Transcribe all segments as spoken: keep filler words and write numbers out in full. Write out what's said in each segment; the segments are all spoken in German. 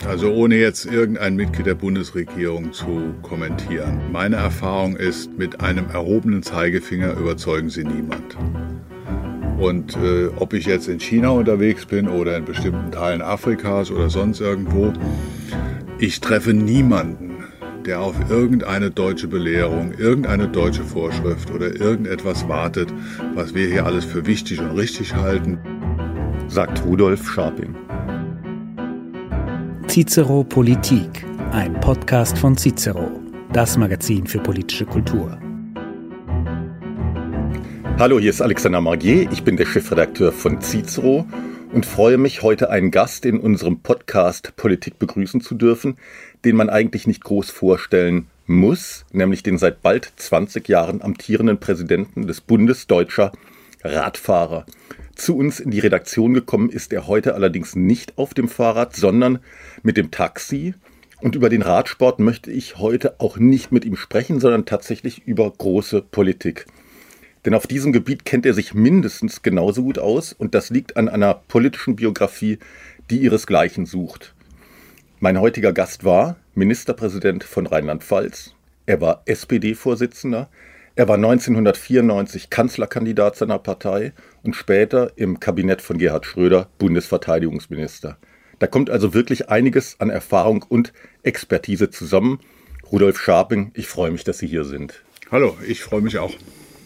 Also ohne jetzt irgendein Mitglied der Bundesregierung zu kommentieren. Meine Erfahrung ist, mit einem erhobenen Zeigefinger überzeugen sie niemand. Und äh, ob ich jetzt in China unterwegs bin oder in bestimmten Teilen Afrikas oder sonst irgendwo, ich treffe niemanden, der auf irgendeine deutsche Belehrung, irgendeine deutsche Vorschrift oder irgendetwas wartet, was wir hier alles für wichtig und richtig halten. Sagt Rudolf Scharping. Cicero Politik, ein Podcast von Cicero, das Magazin für politische Kultur. Hallo, hier ist Alexander Margier, ich bin der Chefredakteur von Cicero und freue mich, heute einen Gast in unserem Podcast Politik begrüßen zu dürfen, den man eigentlich nicht groß vorstellen muss, nämlich den seit bald zwanzig Jahren amtierenden Präsidenten des Bundes Deutscher Radfahrer. Zu uns in die Redaktion gekommen ist er heute allerdings nicht auf dem Fahrrad, sondern mit dem Taxi. Und über den Radsport möchte ich heute auch nicht mit ihm sprechen, sondern tatsächlich über große Politik. Denn auf diesem Gebiet kennt er sich mindestens genauso gut aus und das liegt an einer politischen Biografie, die ihresgleichen sucht. Mein heutiger Gast war Ministerpräsident von Rheinland-Pfalz. Er war S P D-Vorsitzender. Er war neunzehnhundertvierundneunzig Kanzlerkandidat seiner Partei und später im Kabinett von Gerhard Schröder Bundesverteidigungsminister. Da kommt also wirklich einiges an Erfahrung und Expertise zusammen. Rudolf Scharping, ich freue mich, dass Sie hier sind. Hallo, ich freue mich auch.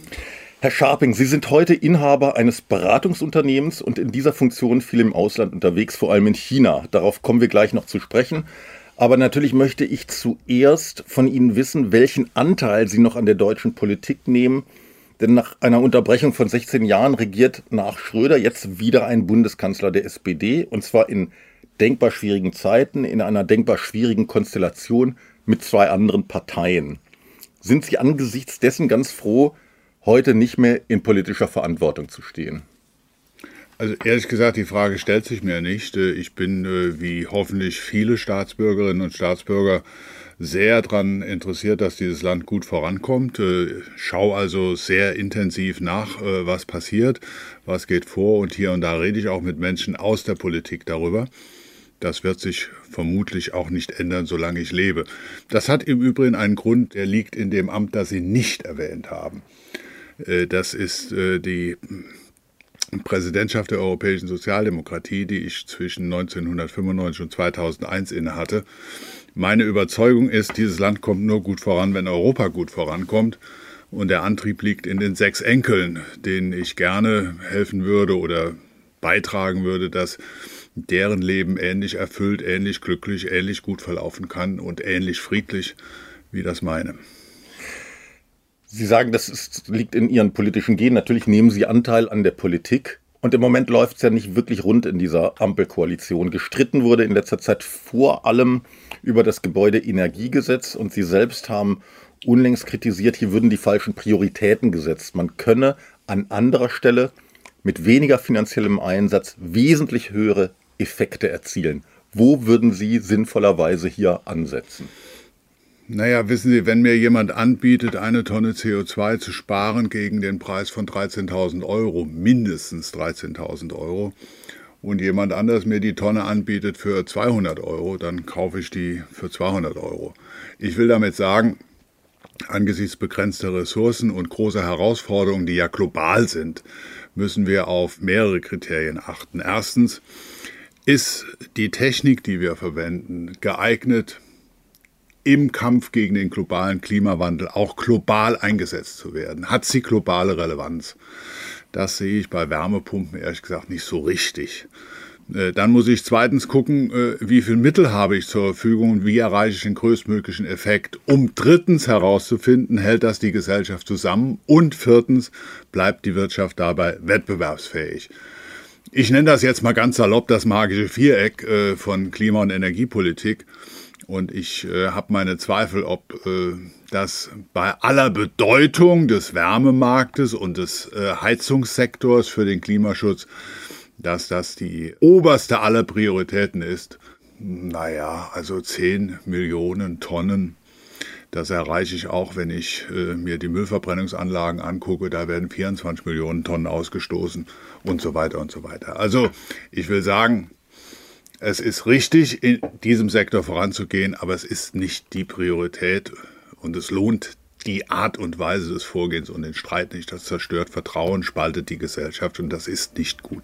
Herr Scharping, Sie sind heute Inhaber eines Beratungsunternehmens und in dieser Funktion viel im Ausland unterwegs, vor allem in China. Darauf kommen wir gleich noch zu sprechen. Aber natürlich möchte ich zuerst von Ihnen wissen, welchen Anteil Sie noch an der deutschen Politik nehmen. Denn nach einer Unterbrechung von sechzehn Jahren regiert nach Schröder jetzt wieder ein Bundeskanzler der S P D. Und zwar in denkbar schwierigen Zeiten, in einer denkbar schwierigen Konstellation mit zwei anderen Parteien. Sind Sie angesichts dessen ganz froh, heute nicht mehr in politischer Verantwortung zu stehen? Also ehrlich gesagt, die Frage stellt sich mir nicht. Ich bin, wie hoffentlich viele Staatsbürgerinnen und Staatsbürger, sehr daran interessiert, dass dieses Land gut vorankommt. Schau also sehr intensiv nach, was passiert, was geht vor. Und hier und da rede ich auch mit Menschen aus der Politik darüber. Das wird sich vermutlich auch nicht ändern, solange ich lebe. Das hat im Übrigen einen Grund, der liegt in dem Amt, das Sie nicht erwähnt haben. Das ist die Präsidentschaft der Europäischen Sozialdemokratie, die ich zwischen neunzehnhundertfünfundneunzig und zweitausendeins innehatte. Meine Überzeugung ist, dieses Land kommt nur gut voran, wenn Europa gut vorankommt. Und der Antrieb liegt in den sechs Enkeln, denen ich gerne helfen würde oder beitragen würde, dass deren Leben ähnlich erfüllt, ähnlich glücklich, ähnlich gut verlaufen kann und ähnlich friedlich wie das meine. Sie sagen, das ist, liegt in Ihren politischen Genen. Natürlich nehmen Sie Anteil an der Politik. Und im Moment läuft es ja nicht wirklich rund in dieser Ampelkoalition. Gestritten wurde in letzter Zeit vor allem über das Gebäudeenergiegesetz. Und Sie selbst haben unlängst kritisiert, hier würden die falschen Prioritäten gesetzt. Man könne an anderer Stelle mit weniger finanziellem Einsatz wesentlich höhere Effekte erzielen. Wo würden Sie sinnvollerweise hier ansetzen? Naja, wissen Sie, wenn mir jemand anbietet, eine Tonne C O zwei zu sparen gegen den Preis von dreizehntausend Euro, mindestens dreizehntausend Euro, und jemand anders mir die Tonne anbietet für zweihundert Euro, dann kaufe ich die für zweihundert Euro. Ich will damit sagen, angesichts begrenzter Ressourcen und großer Herausforderungen, die ja global sind, müssen wir auf mehrere Kriterien achten. Erstens, ist die Technik, die wir verwenden, geeignet, im Kampf gegen den globalen Klimawandel auch global eingesetzt zu werden? Hat sie globale Relevanz? Das sehe ich bei Wärmepumpen ehrlich gesagt nicht so richtig. Dann muss ich zweitens gucken, wie viel Mittel habe ich zur Verfügung und wie erreiche ich den größtmöglichen Effekt, um drittens herauszufinden, hält das die Gesellschaft zusammen, und viertens, bleibt die Wirtschaft dabei wettbewerbsfähig. Ich nenne das jetzt mal ganz salopp das magische Viereck von Klima- und Energiepolitik. Und ich äh, habe meine Zweifel, ob äh, das bei aller Bedeutung des Wärmemarktes und des äh, Heizungssektors für den Klimaschutz, dass das die oberste aller Prioritäten ist. Naja, also zehn Millionen Tonnen, das erreiche ich auch, wenn ich äh, mir die Müllverbrennungsanlagen angucke. Da werden vierundzwanzig Millionen Tonnen ausgestoßen und so weiter und so weiter. Also ich will sagen, Es ist richtig, in diesem Sektor voranzugehen, aber es ist nicht die Priorität und es lohnt die Art und Weise des Vorgehens und den Streit nicht. Das zerstört Vertrauen, spaltet die Gesellschaft und das ist nicht gut.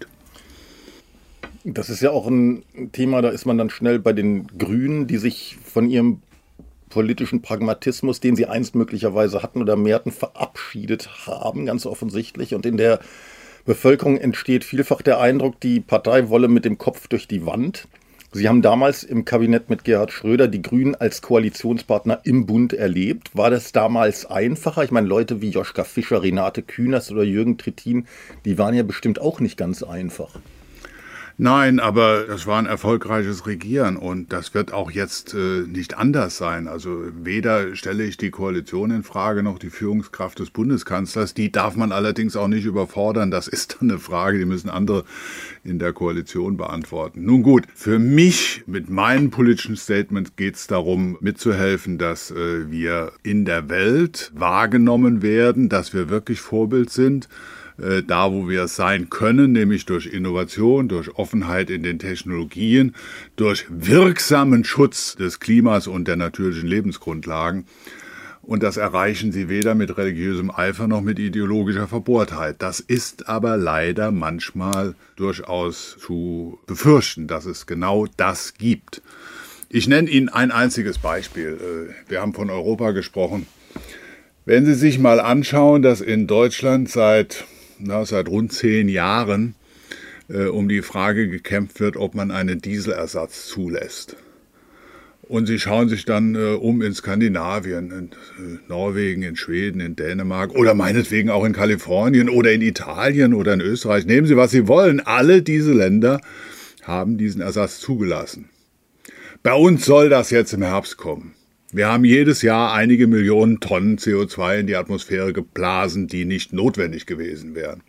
Das ist ja auch ein Thema, da ist man dann schnell bei den Grünen, die sich von ihrem politischen Pragmatismus, den sie einst möglicherweise hatten oder mehrten, verabschiedet haben, ganz offensichtlich. Und in der Bevölkerung entsteht vielfach der Eindruck, die Partei wolle mit dem Kopf durch die Wand. Sie haben damals im Kabinett mit Gerhard Schröder die Grünen als Koalitionspartner im Bund erlebt. War das damals einfacher? Ich meine, Leute wie Joschka Fischer, Renate Künast oder Jürgen Trittin, die waren ja bestimmt auch nicht ganz einfach. Nein, aber das war ein erfolgreiches Regieren und das wird auch jetzt äh, nicht anders sein. Also weder stelle ich die Koalition in Frage noch die Führungskraft des Bundeskanzlers. Die darf man allerdings auch nicht überfordern. Das ist dann eine Frage, die müssen andere in der Koalition beantworten. Nun gut, für mich mit meinen politischen Statements geht es darum, mitzuhelfen, dass äh, wir in der Welt wahrgenommen werden, dass wir wirklich Vorbild sind. Da, wo wir es sein können, nämlich durch Innovation, durch Offenheit in den Technologien, durch wirksamen Schutz des Klimas und der natürlichen Lebensgrundlagen. Und das erreichen sie weder mit religiösem Eifer noch mit ideologischer Verbohrtheit. Das ist aber leider manchmal durchaus zu befürchten, dass es genau das gibt. Ich nenne Ihnen ein einziges Beispiel. Wir haben von Europa gesprochen. Wenn Sie sich mal anschauen, dass in Deutschland seit Na, seit rund zehn Jahren äh, um die Frage gekämpft wird, ob man einen Dieselersatz zulässt. Und sie schauen sich dann äh, um in Skandinavien, in äh, Norwegen, in Schweden, in Dänemark oder meinetwegen auch in Kalifornien oder in Italien oder in Österreich. Nehmen Sie, was Sie wollen. Alle diese Länder haben diesen Ersatz zugelassen. Bei uns soll das jetzt im Herbst kommen. Wir haben jedes Jahr einige Millionen Tonnen C O zwei in die Atmosphäre geblasen, die nicht notwendig gewesen wären.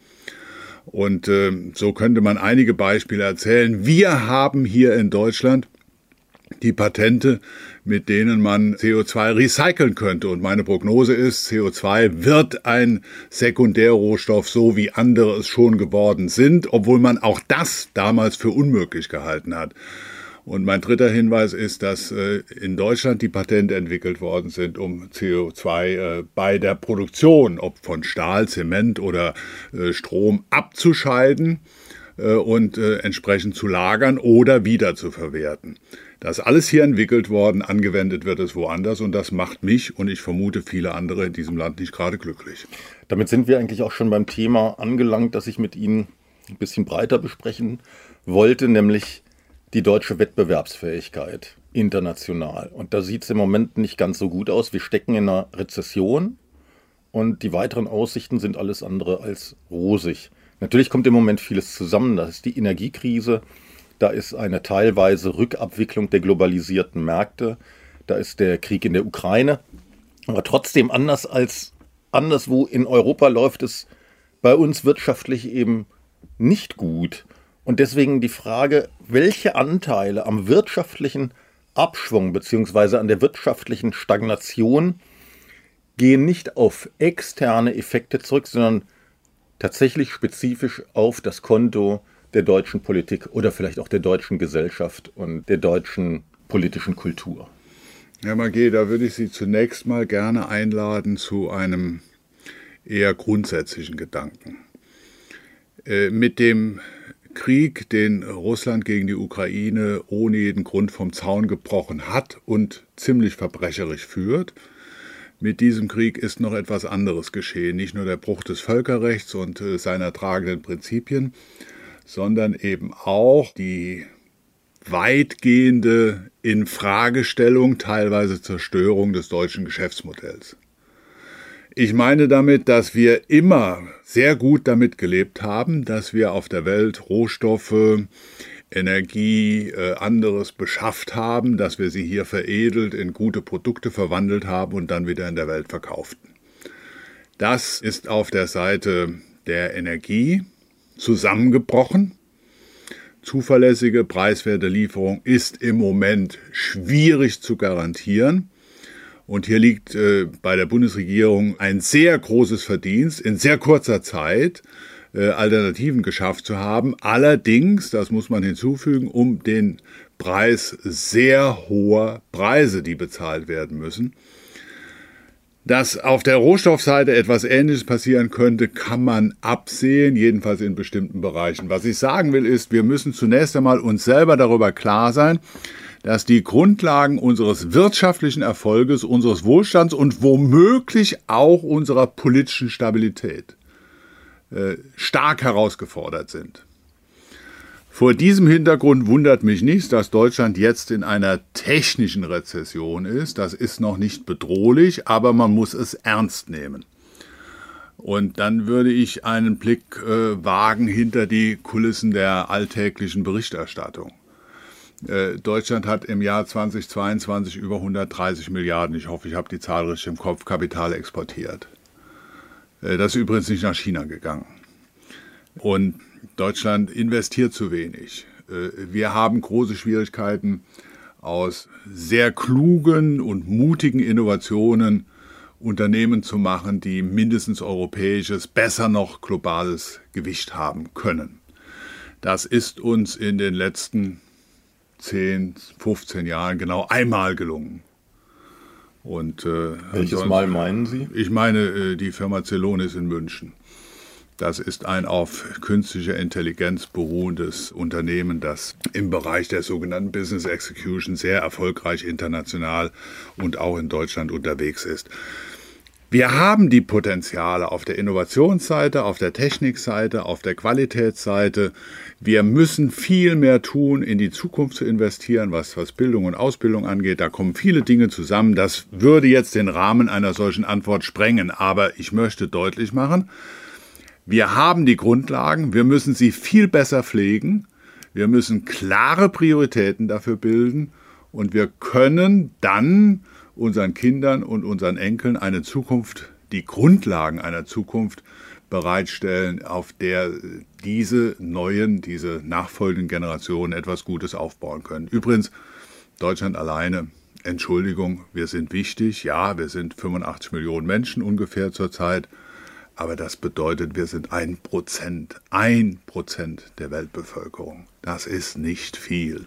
Und äh, so könnte man einige Beispiele erzählen. Wir haben hier in Deutschland die Patente, mit denen man C O zwei recyceln könnte. Und meine Prognose ist, C O zwei wird ein Sekundärrohstoff, so wie andere es schon geworden sind, obwohl man auch das damals für unmöglich gehalten hat. Und mein dritter Hinweis ist, dass äh, in Deutschland die Patente entwickelt worden sind, um C O zwei äh, bei der Produktion, ob von Stahl, Zement oder äh, Strom, abzuscheiden äh, und äh, entsprechend zu lagern oder wieder zu verwerten. Das ist alles hier entwickelt worden, angewendet wird es woanders und das macht mich und ich vermute viele andere in diesem Land nicht gerade glücklich. Damit sind wir eigentlich auch schon beim Thema angelangt, das ich mit Ihnen ein bisschen breiter besprechen wollte, nämlich die deutsche Wettbewerbsfähigkeit international. Und da sieht es im Moment nicht ganz so gut aus. Wir stecken in einer Rezession und die weiteren Aussichten sind alles andere als rosig. Natürlich kommt im Moment vieles zusammen. Da ist die Energiekrise, da ist eine teilweise Rückabwicklung der globalisierten Märkte, da ist der Krieg in der Ukraine. Aber trotzdem, anders als anderswo in Europa, läuft es bei uns wirtschaftlich eben nicht gut. Und deswegen die Frage, welche Anteile am wirtschaftlichen Abschwung bzw. an der wirtschaftlichen Stagnation gehen nicht auf externe Effekte zurück, sondern tatsächlich spezifisch auf das Konto der deutschen Politik oder vielleicht auch der deutschen Gesellschaft und der deutschen politischen Kultur. Herr Magé, da würde ich Sie zunächst mal gerne einladen zu einem eher grundsätzlichen Gedanken. Äh, mit dem Krieg, den Russland gegen die Ukraine ohne jeden Grund vom Zaun gebrochen hat und ziemlich verbrecherisch führt. Mit diesem Krieg ist noch etwas anderes geschehen. Nicht nur der Bruch des Völkerrechts und äh, seiner tragenden Prinzipien, sondern eben auch die weitgehende Infragestellung, teilweise Zerstörung des deutschen Geschäftsmodells. Ich meine damit, dass wir immer sehr gut damit gelebt haben, dass wir auf der Welt Rohstoffe, Energie, äh, anderes beschafft haben, dass wir sie hier veredelt, in gute Produkte verwandelt haben und dann wieder in der Welt verkauften. Das ist auf der Seite der Energie zusammengebrochen. Zuverlässige, preiswerte Lieferung ist im Moment schwierig zu garantieren. Und hier liegt äh, bei der Bundesregierung ein sehr großes Verdienst in sehr kurzer Zeit äh, Alternativen geschafft zu haben. Allerdings, das muss man hinzufügen, um den Preis sehr hoher Preise, die bezahlt werden müssen. Dass auf der Rohstoffseite etwas Ähnliches passieren könnte, kann man absehen, jedenfalls in bestimmten Bereichen. Was ich sagen will, ist, wir müssen zunächst einmal uns selber darüber klar sein, dass die Grundlagen unseres wirtschaftlichen Erfolges, unseres Wohlstands und womöglich auch unserer politischen Stabilität äh, stark herausgefordert sind. Vor diesem Hintergrund wundert mich nicht, dass Deutschland jetzt in einer technischen Rezession ist. Das ist noch nicht bedrohlich, aber man muss es ernst nehmen. Und dann würde ich einen Blick äh, wagen hinter die Kulissen der alltäglichen Berichterstattung. Äh, Deutschland hat im Jahr zweitausendzweiundzwanzig über hundertdreißig Milliarden, ich hoffe, ich habe die Zahl richtig im Kopf, Kapital exportiert. Äh, das ist übrigens nicht nach China gegangen. Und Deutschland investiert zu wenig. Wir haben große Schwierigkeiten, aus sehr klugen und mutigen Innovationen Unternehmen zu machen, die mindestens europäisches, besser noch globales Gewicht haben können. Das ist uns in den letzten zehn, fünfzehn Jahren genau einmal gelungen. Und, äh, Welches Mal meinen Sie? Ich meine die Firma Celonis in München. Das ist ein auf künstlicher Intelligenz beruhendes Unternehmen, das im Bereich der sogenannten Business Execution sehr erfolgreich international und auch in Deutschland unterwegs ist. Wir haben die Potenziale auf der Innovationsseite, auf der Technikseite, auf der Qualitätsseite. Wir müssen viel mehr tun, in die Zukunft zu investieren, was, was Bildung und Ausbildung angeht. Da kommen viele Dinge zusammen. Das würde jetzt den Rahmen einer solchen Antwort sprengen. Aber ich möchte deutlich machen, wir haben die Grundlagen, wir müssen sie viel besser pflegen, wir müssen klare Prioritäten dafür bilden und wir können dann unseren Kindern und unseren Enkeln eine Zukunft, die Grundlagen einer Zukunft bereitstellen, auf der diese neuen, diese nachfolgenden Generationen etwas Gutes aufbauen können. Übrigens, Deutschland alleine, Entschuldigung, wir sind wichtig, ja, wir sind fünfundachtzig Millionen Menschen ungefähr zurzeit, aber das bedeutet, wir sind ein Prozent, ein Prozent der Weltbevölkerung. Das ist nicht viel.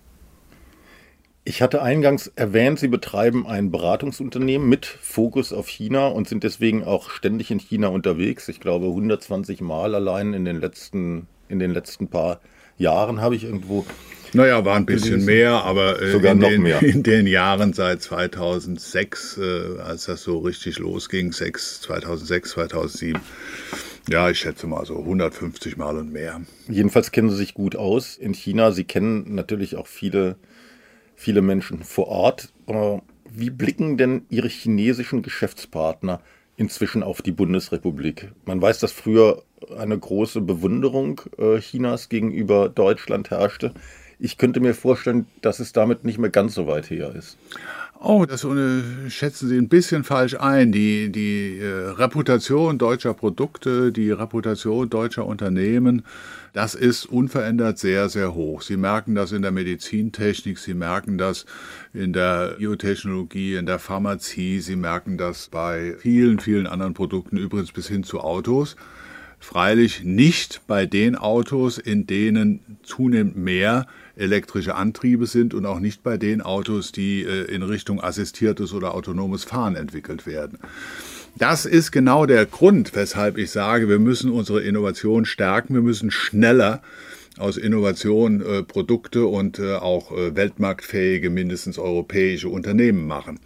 Ich hatte eingangs erwähnt, Sie betreiben ein Beratungsunternehmen mit Fokus auf China und sind deswegen auch ständig in China unterwegs. Ich glaube, hundertzwanzig Mal allein in den letzten, in den letzten paar Jahren habe ich irgendwo... Naja, war ein bisschen mehr, aber äh, sogar in, noch den, mehr. in den Jahren seit zweitausendsechs, äh, als das so richtig losging, zweitausendsechs, zweitausendsieben, ja, ich schätze mal so hundertfünfzig Mal und mehr. Jedenfalls kennen Sie sich gut aus in China. Sie kennen natürlich auch viele, viele Menschen vor Ort. Wie blicken denn Ihre chinesischen Geschäftspartner inzwischen auf die Bundesrepublik? Man weiß, dass früher eine große Bewunderung äh, Chinas gegenüber Deutschland herrschte. Ich könnte mir vorstellen, dass es damit nicht mehr ganz so weit her ist. Oh, das äh, schätzen Sie ein bisschen falsch ein. Die, die äh, Reputation deutscher Produkte, die Reputation deutscher Unternehmen, das ist unverändert sehr, sehr hoch. Sie merken das in der Medizintechnik, Sie merken das in der Biotechnologie, in der Pharmazie, Sie merken das bei vielen, vielen anderen Produkten, übrigens bis hin zu Autos. Freilich nicht bei den Autos, in denen zunehmend mehr elektrische Antriebe sind und auch nicht bei den Autos, die in Richtung assistiertes oder autonomes Fahren entwickelt werden. Das ist genau der Grund, weshalb ich sage, wir müssen unsere Innovation stärken, wir müssen schneller aus Innovation äh, Produkte und äh, auch äh, weltmarktfähige, mindestens europäische Unternehmen machen.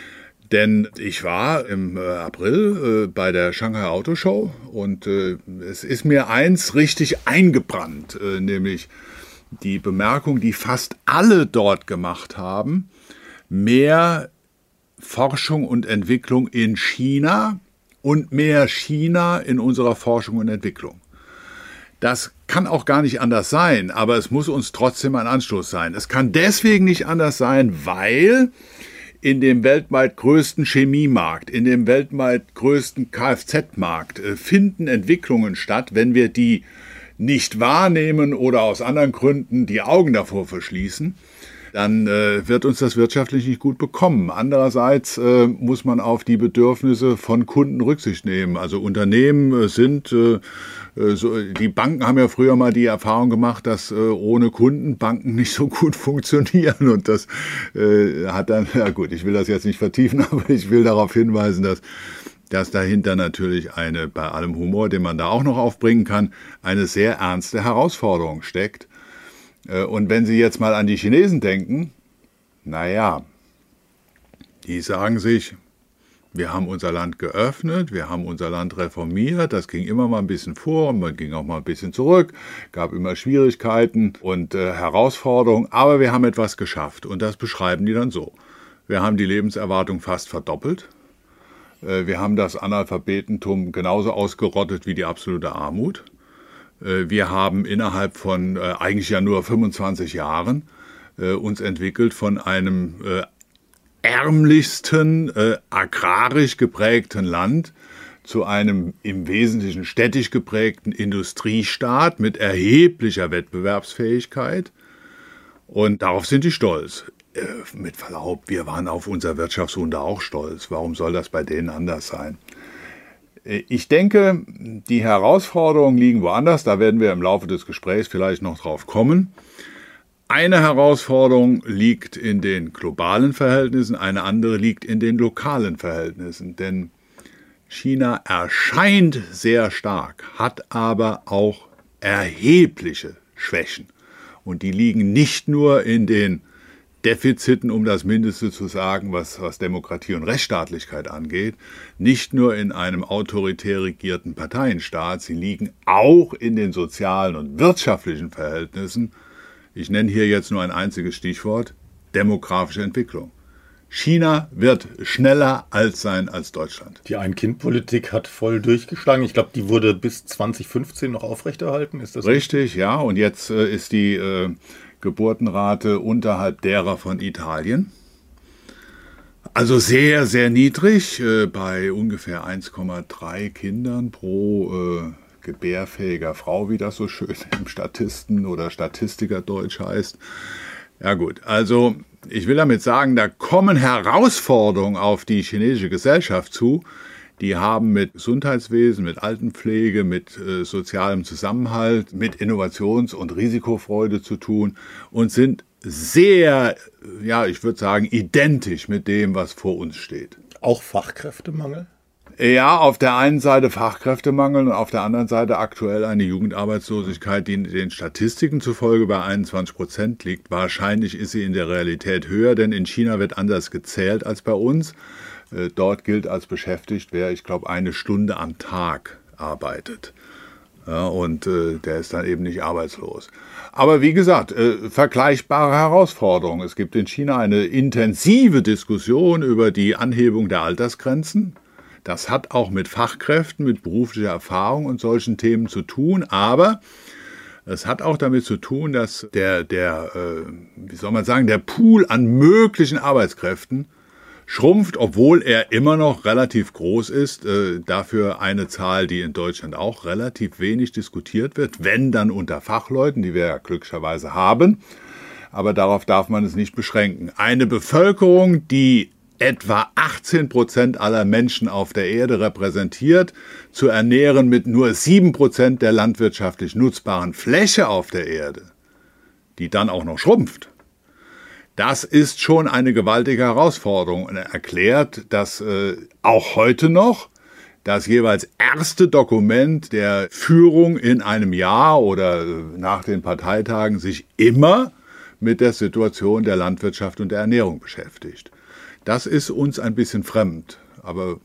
Denn ich war im äh, April äh, bei der Shanghai Auto Show und äh, es ist mir eins richtig eingebrannt, äh, nämlich die Bemerkung, die fast alle dort gemacht haben: mehr Forschung und Entwicklung in China und mehr China in unserer Forschung und Entwicklung. Das kann auch gar nicht anders sein, aber es muss uns trotzdem ein Anstoß sein. Es kann deswegen nicht anders sein, weil in dem weltweit größten Chemiemarkt, in dem weltweit größten Kfz-Markt äh, finden Entwicklungen statt. Wenn wir die nicht wahrnehmen oder aus anderen Gründen die Augen davor verschließen, dann äh, wird uns das wirtschaftlich nicht gut bekommen. Andererseits äh, muss man auf die Bedürfnisse von Kunden Rücksicht nehmen. Also Unternehmen äh, sind, äh, so, die Banken haben ja früher mal die Erfahrung gemacht, dass äh, ohne Kunden Banken nicht so gut funktionieren. Und das äh, hat dann, ja gut, ich will das jetzt nicht vertiefen, aber ich will darauf hinweisen, dass dass dahinter natürlich eine, bei allem Humor, den man da auch noch aufbringen kann, eine sehr ernste Herausforderung steckt. Und wenn Sie jetzt mal an die Chinesen denken, naja, die sagen sich, wir haben unser Land geöffnet, wir haben unser Land reformiert, das ging immer mal ein bisschen vor und man ging auch mal ein bisschen zurück, gab immer Schwierigkeiten und äh, Herausforderungen, aber wir haben etwas geschafft und das beschreiben die dann so. Wir haben die Lebenserwartung fast verdoppelt. Wir haben das Analphabetentum genauso ausgerottet wie die absolute Armut. Wir haben innerhalb von äh, eigentlich ja nur fünfundzwanzig Jahren äh, uns entwickelt von einem äh, ärmlichsten, äh, agrarisch geprägten Land zu einem im Wesentlichen städtisch geprägten Industriestaat mit erheblicher Wettbewerbsfähigkeit. Und darauf sind die stolz. Mit Verlaub, wir waren auf unser Wirtschaftswunder auch stolz. Warum soll das bei denen anders sein? Ich denke, die Herausforderungen liegen woanders. Da werden wir im Laufe des Gesprächs vielleicht noch drauf kommen. Eine Herausforderung liegt in den globalen Verhältnissen, eine andere liegt in den lokalen Verhältnissen. Denn China erscheint sehr stark, hat aber auch erhebliche Schwächen. Und die liegen nicht nur in den Defiziten, um das Mindeste zu sagen, was, was Demokratie und Rechtsstaatlichkeit angeht, nicht nur in einem autoritär regierten Parteienstaat, sie liegen auch in den sozialen und wirtschaftlichen Verhältnissen. Ich nenne hier jetzt nur ein einziges Stichwort, demografische Entwicklung. China wird schneller alt sein als Deutschland. Die Ein-Kind-Politik hat voll durchgeschlagen. Ich glaube, die wurde bis zwanzig fünfzehn noch aufrechterhalten. Ist das richtig? So? Ja. Und jetzt äh, ist die äh, Geburtenrate unterhalb derer von Italien. Also sehr, sehr niedrig, äh, bei ungefähr eins Komma drei Kindern pro äh, gebärfähiger Frau, wie das so schön im Statisten- oder Statistikerdeutsch heißt. Ja gut, also ich will damit sagen, da kommen Herausforderungen auf die chinesische Gesellschaft zu. Die haben mit Gesundheitswesen, mit Altenpflege, mit äh, sozialem Zusammenhalt, mit Innovations- und Risikofreude zu tun und sind sehr, ja, ich würde sagen, identisch mit dem, was vor uns steht. Auch Fachkräftemangel? Ja, auf der einen Seite Fachkräftemangel und auf der anderen Seite aktuell eine Jugendarbeitslosigkeit, die den Statistiken zufolge bei einundzwanzig Prozent liegt. Wahrscheinlich ist sie in der Realität höher, denn in China wird anders gezählt als bei uns. Dort gilt als beschäftigt, wer, ich glaube, eine Stunde am Tag arbeitet. Ja, und äh, der ist dann eben nicht arbeitslos. Aber wie gesagt, äh, vergleichbare Herausforderungen. Es gibt in China eine intensive Diskussion über die Anhebung der Altersgrenzen. Das hat auch mit Fachkräften, mit beruflicher Erfahrung und solchen Themen zu tun. Aber es hat auch damit zu tun, dass der, der äh, wie soll man sagen, der Pool an möglichen Arbeitskräften schrumpft, obwohl er immer noch relativ groß ist. Äh, dafür eine Zahl, die in Deutschland auch relativ wenig diskutiert wird, wenn dann unter Fachleuten, die wir ja glücklicherweise haben. Aber darauf darf man es nicht beschränken. Eine Bevölkerung, die etwa achtzehn Prozent aller Menschen auf der Erde repräsentiert, zu ernähren mit nur sieben Prozent der landwirtschaftlich nutzbaren Fläche auf der Erde, die dann auch noch schrumpft. Das ist schon eine gewaltige Herausforderung und er erklärt, dass äh, auch heute noch das jeweils erste Dokument der Führung in einem Jahr oder äh, nach den Parteitagen sich immer mit der Situation der Landwirtschaft und der Ernährung beschäftigt. Das ist uns ein bisschen fremd, aber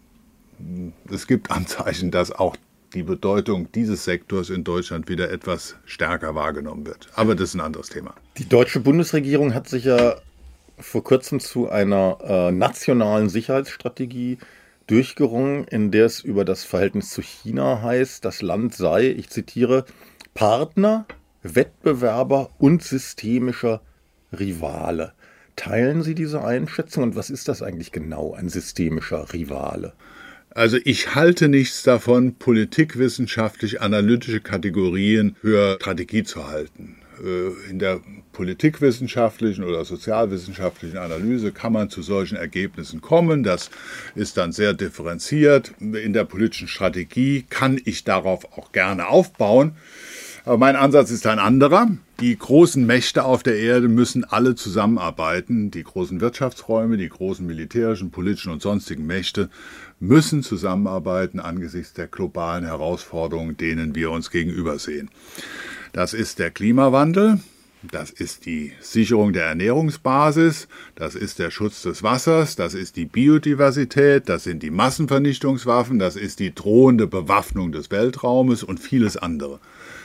es gibt Anzeichen, dass auch die Bedeutung dieses Sektors in Deutschland wieder etwas stärker wahrgenommen wird. Aber das ist ein anderes Thema. Die deutsche Bundesregierung hat sich ja vor kurzem zu einer äh, nationalen Sicherheitsstrategie durchgerungen, in der es über das Verhältnis zu China heißt, das Land sei, ich zitiere, Partner, Wettbewerber und systemischer Rivale. Teilen Sie diese Einschätzung und was ist das eigentlich genau, ein systemischer Rivale? Also ich halte nichts davon, politikwissenschaftlich analytische Kategorien für Strategie zu halten. in der politikwissenschaftlichen oder sozialwissenschaftlichen Analyse kann man zu solchen Ergebnissen kommen. Das ist dann sehr differenziert. In der politischen Strategie kann ich darauf auch gerne aufbauen. Aber mein Ansatz ist ein anderer. Die großen Mächte auf der Erde müssen alle zusammenarbeiten. Die großen Wirtschaftsräume, die großen militärischen, politischen und sonstigen Mächte müssen zusammenarbeiten angesichts der globalen Herausforderungen, denen wir uns gegenübersehen. Das ist der Klimawandel, das ist die Sicherung der Ernährungsbasis, das ist der Schutz des Wassers, das ist die Biodiversität, das sind die Massenvernichtungswaffen, das ist die drohende Bewaffnung des Weltraumes und vieles andere.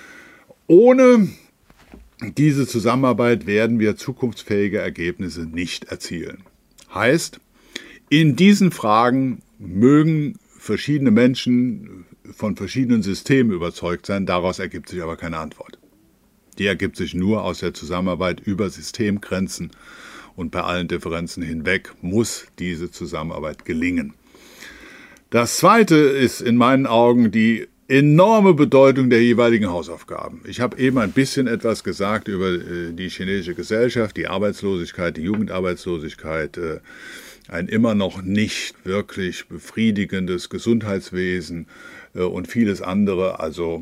Ohne diese Zusammenarbeit werden wir zukunftsfähige Ergebnisse nicht erzielen. Heißt, in diesen Fragen mögen verschiedene Menschen von verschiedenen Systemen überzeugt sein, daraus ergibt sich aber keine Antwort. Die ergibt sich nur aus der Zusammenarbeit über Systemgrenzen und bei allen Differenzen hinweg muss diese Zusammenarbeit gelingen. Das Zweite ist in meinen Augen die enorme Bedeutung der jeweiligen Hausaufgaben. Ich habe eben ein bisschen etwas gesagt über die chinesische Gesellschaft, die Arbeitslosigkeit, die Jugendarbeitslosigkeit, ein immer noch nicht wirklich befriedigendes Gesundheitswesen und vieles andere, also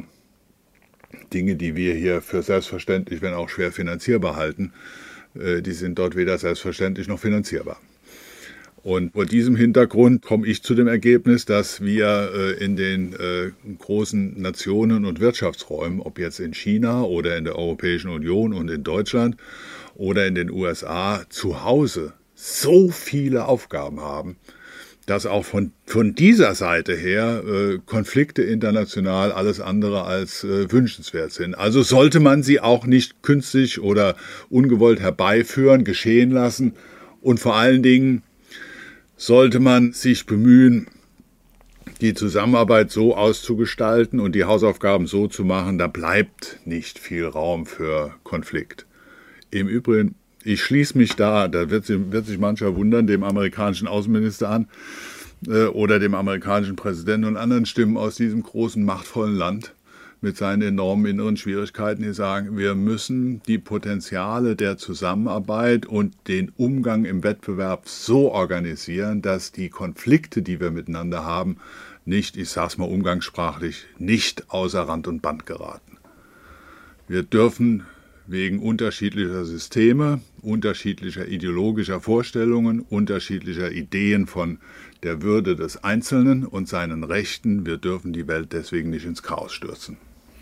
Dinge, die wir hier für selbstverständlich, wenn auch schwer finanzierbar halten, die sind dort weder selbstverständlich noch finanzierbar. Und vor diesem Hintergrund komme ich zu dem Ergebnis, dass wir in den großen Nationen und Wirtschaftsräumen, ob jetzt in China oder in der Europäischen Union und in Deutschland oder in den U S A, zu Hause so viele Aufgaben haben, dass auch von, von dieser Seite her äh, Konflikte international alles andere als äh, wünschenswert sind. Also sollte man sie auch nicht künstlich oder ungewollt herbeiführen, geschehen lassen und vor allen Dingen sollte man sich bemühen, die Zusammenarbeit so auszugestalten und die Hausaufgaben so zu machen, da bleibt nicht viel Raum für Konflikt. Im Übrigen, ich schließe mich da, da wird sich, wird sich mancher wundern, dem amerikanischen Außenminister an äh, oder dem amerikanischen Präsidenten und anderen Stimmen aus diesem großen, machtvollen Land mit seinen enormen inneren Schwierigkeiten, die sagen, wir müssen die Potenziale der Zusammenarbeit und den Umgang im Wettbewerb so organisieren, dass die Konflikte, die wir miteinander haben, nicht, ich sage es mal umgangssprachlich, nicht außer Rand und Band geraten. Wir dürfen wegen unterschiedlicher Systeme, unterschiedlicher ideologischer Vorstellungen, unterschiedlicher Ideen von der Würde des Einzelnen und seinen Rechten, wir dürfen die Welt deswegen nicht ins Chaos stürzen.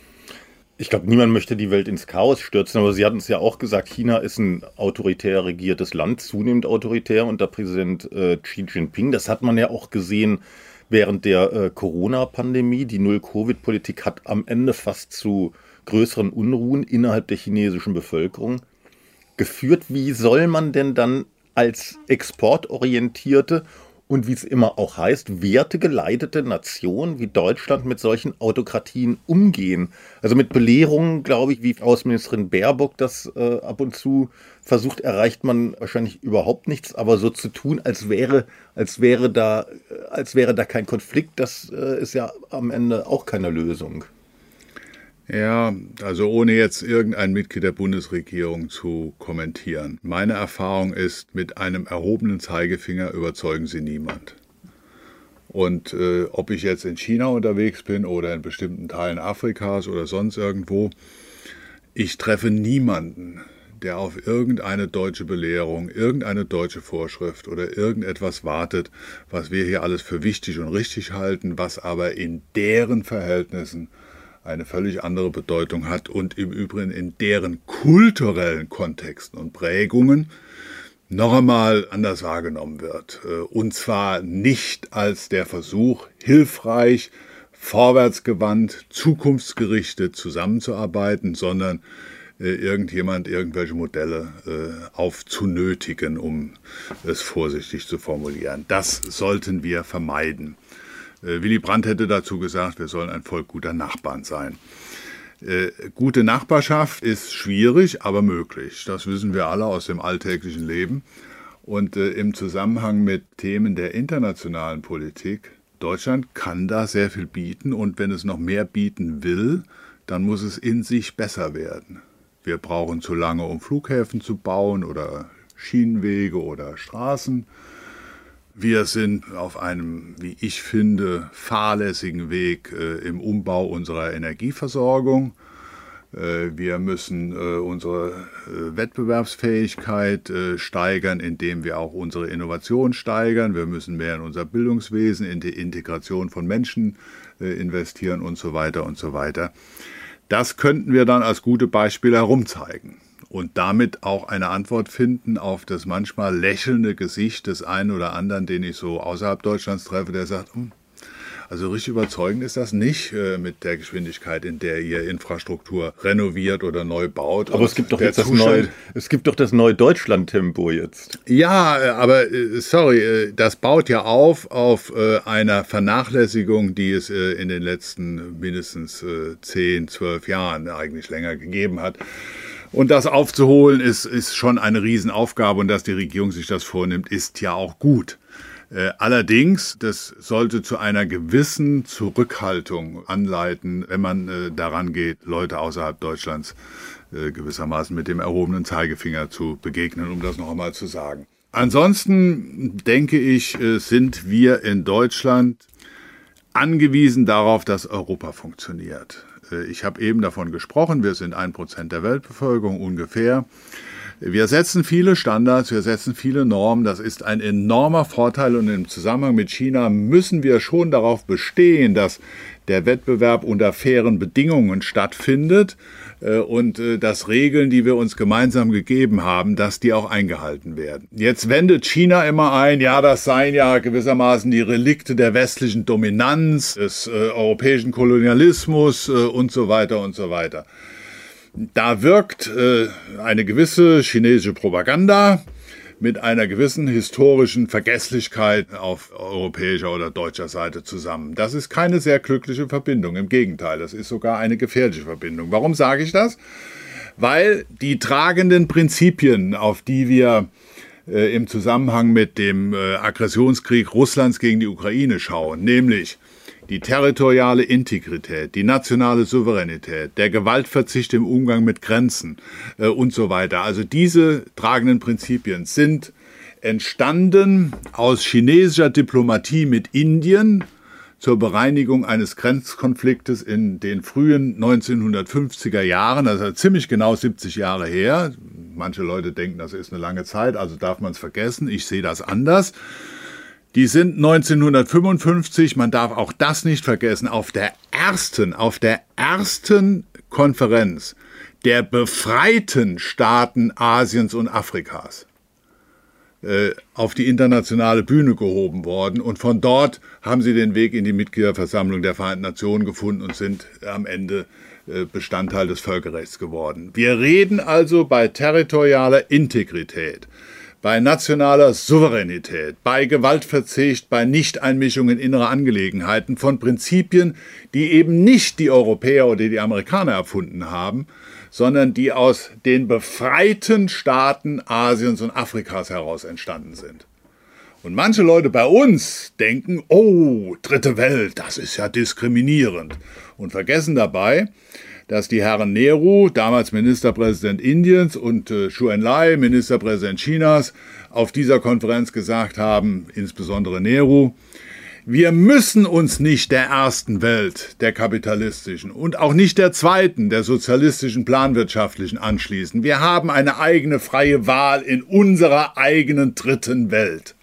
Ich glaube, niemand möchte die Welt ins Chaos stürzen, aber Sie hatten es ja auch gesagt, China ist ein autoritär regiertes Land, zunehmend autoritär unter Präsident äh, Xi Jinping. Das hat man ja auch gesehen während der äh, Corona-Pandemie. Die Null-Covid-Politik hat am Ende fast zu größeren Unruhen innerhalb der chinesischen Bevölkerung geführt. Wie soll man denn dann als exportorientierte und wie es immer auch heißt, wertegeleitete Nation wie Deutschland mit solchen Autokratien umgehen? Also mit Belehrungen, glaube ich, wie Außenministerin Baerbock das äh, ab und zu versucht, erreicht man wahrscheinlich überhaupt nichts, aber so zu tun, als wäre, als wäre da, als wäre da kein Konflikt, das äh, ist ja am Ende auch keine Lösung. Ja, also ohne jetzt irgendein Mitglied der Bundesregierung zu kommentieren. Meine Erfahrung ist, mit einem erhobenen Zeigefinger überzeugen Sie niemand. Und äh, ob ich jetzt in China unterwegs bin oder in bestimmten Teilen Afrikas oder sonst irgendwo, ich treffe niemanden, der auf irgendeine deutsche Belehrung, irgendeine deutsche Vorschrift oder irgendetwas wartet, was wir hier alles für wichtig und richtig halten, was aber in deren Verhältnissen eine völlig andere Bedeutung hat und im Übrigen in deren kulturellen Kontexten und Prägungen noch einmal anders wahrgenommen wird. Und zwar nicht als der Versuch, hilfreich, vorwärtsgewandt, zukunftsgerichtet zusammenzuarbeiten, sondern irgendjemand irgendwelche Modelle aufzunötigen, um es vorsichtig zu formulieren. Das sollten wir vermeiden. Willy Brandt hätte dazu gesagt, wir sollen ein Volk guter Nachbarn sein. Äh, gute Nachbarschaft ist schwierig, aber möglich. Das wissen wir alle aus dem alltäglichen Leben. Und äh, im Zusammenhang mit Themen der internationalen Politik, Deutschland kann da sehr viel bieten. Und wenn es noch mehr bieten will, dann muss es in sich besser werden. wir brauchen zu lange, um Flughäfen zu bauen oder Schienenwege oder Straßen. Wir sind auf einem, wie ich finde, fahrlässigen Weg äh, im Umbau unserer Energieversorgung. Äh, wir müssen äh, unsere äh, Wettbewerbsfähigkeit äh, steigern, indem wir auch unsere Innovation steigern. Wir müssen mehr in unser Bildungswesen, in die Integration von Menschen äh, investieren und so weiter und so weiter. Das könnten wir dann als gute Beispiele herumzeigen. Und damit auch eine Antwort finden auf das manchmal lächelnde Gesicht des einen oder anderen, den ich so außerhalb Deutschlands treffe, der sagt, hm, also richtig überzeugend ist das nicht äh, mit der Geschwindigkeit, in der ihr Infrastruktur renoviert oder neu baut. Aber es gibt doch jetzt das neue, es gibt doch das neue Deutschland-Tempo jetzt. Ja, aber äh, sorry, äh, das baut ja auf auf äh, einer Vernachlässigung, die es äh, in den letzten mindestens äh, zehn, zwölf Jahren eigentlich länger gegeben hat. Und das aufzuholen ist, ist schon eine Riesenaufgabe und dass die Regierung sich das vornimmt, ist ja auch gut. Äh, allerdings, das sollte zu einer gewissen Zurückhaltung anleiten, wenn man äh, daran geht, Leute außerhalb Deutschlands äh, gewissermaßen mit dem erhobenen Zeigefinger zu begegnen, um das noch einmal zu sagen. Ansonsten denke ich, äh, sind wir in Deutschland angewiesen darauf, dass Europa funktioniert. Ich habe eben davon gesprochen, wir sind ein Prozent der Weltbevölkerung ungefähr. Wir setzen viele Standards, wir setzen viele Normen. Das ist ein enormer Vorteil und im Zusammenhang mit China müssen wir schon darauf bestehen, dass der Wettbewerb unter fairen Bedingungen stattfindet und dass Regeln, die wir uns gemeinsam gegeben haben, dass die auch eingehalten werden. Jetzt wendet China immer ein, ja, das seien ja gewissermaßen die Relikte der westlichen Dominanz, des äh, europäischen Kolonialismus äh, und so weiter und so weiter. Da wirkt äh, eine gewisse chinesische Propaganda mit einer gewissen historischen Vergesslichkeit auf europäischer oder deutscher Seite zusammen. Das ist keine sehr glückliche Verbindung, im Gegenteil, das ist sogar eine gefährliche Verbindung. Warum sage ich das? Weil die tragenden Prinzipien, auf die wir äh, im Zusammenhang mit dem äh, Aggressionskrieg Russlands gegen die Ukraine schauen, nämlich die territoriale Integrität, die nationale Souveränität, der Gewaltverzicht im Umgang mit Grenzen äh, und so weiter. Also diese tragenden Prinzipien sind entstanden aus chinesischer Diplomatie mit Indien zur Bereinigung eines Grenzkonfliktes in den frühen neunzehnhundertfünfziger Jahren, also ziemlich genau siebzig Jahre her. Manche Leute denken, das ist eine lange Zeit, also darf man es vergessen. Ich sehe das anders. Die sind neunzehnhundertfünfundfünfzig, man darf auch das nicht vergessen, auf der ersten, auf der ersten Konferenz der befreiten Staaten Asiens und Afrikas äh, auf die internationale Bühne gehoben worden. Und von dort haben sie den Weg in die Mitgliederversammlung der Vereinten Nationen gefunden und sind am Ende äh, Bestandteil des Völkerrechts geworden. Wir reden also bei territorialer Integrität, bei nationaler Souveränität, bei Gewaltverzicht, bei Nichteinmischung in innere Angelegenheiten von Prinzipien, die eben nicht die Europäer oder die Amerikaner erfunden haben, sondern die aus den befreiten Staaten Asiens und Afrikas heraus entstanden sind. Und manche Leute bei uns denken, oh, dritte Welt, das ist ja diskriminierend, und vergessen dabei, dass die Herren Nehru, damals Ministerpräsident Indiens, und äh, Zhou Enlai, Ministerpräsident Chinas, auf dieser Konferenz gesagt haben, insbesondere Nehru, wir müssen uns nicht der ersten Welt, der kapitalistischen, und auch nicht der zweiten, der sozialistischen, planwirtschaftlichen anschließen. Wir haben eine eigene freie Wahl in unserer eigenen dritten Welt.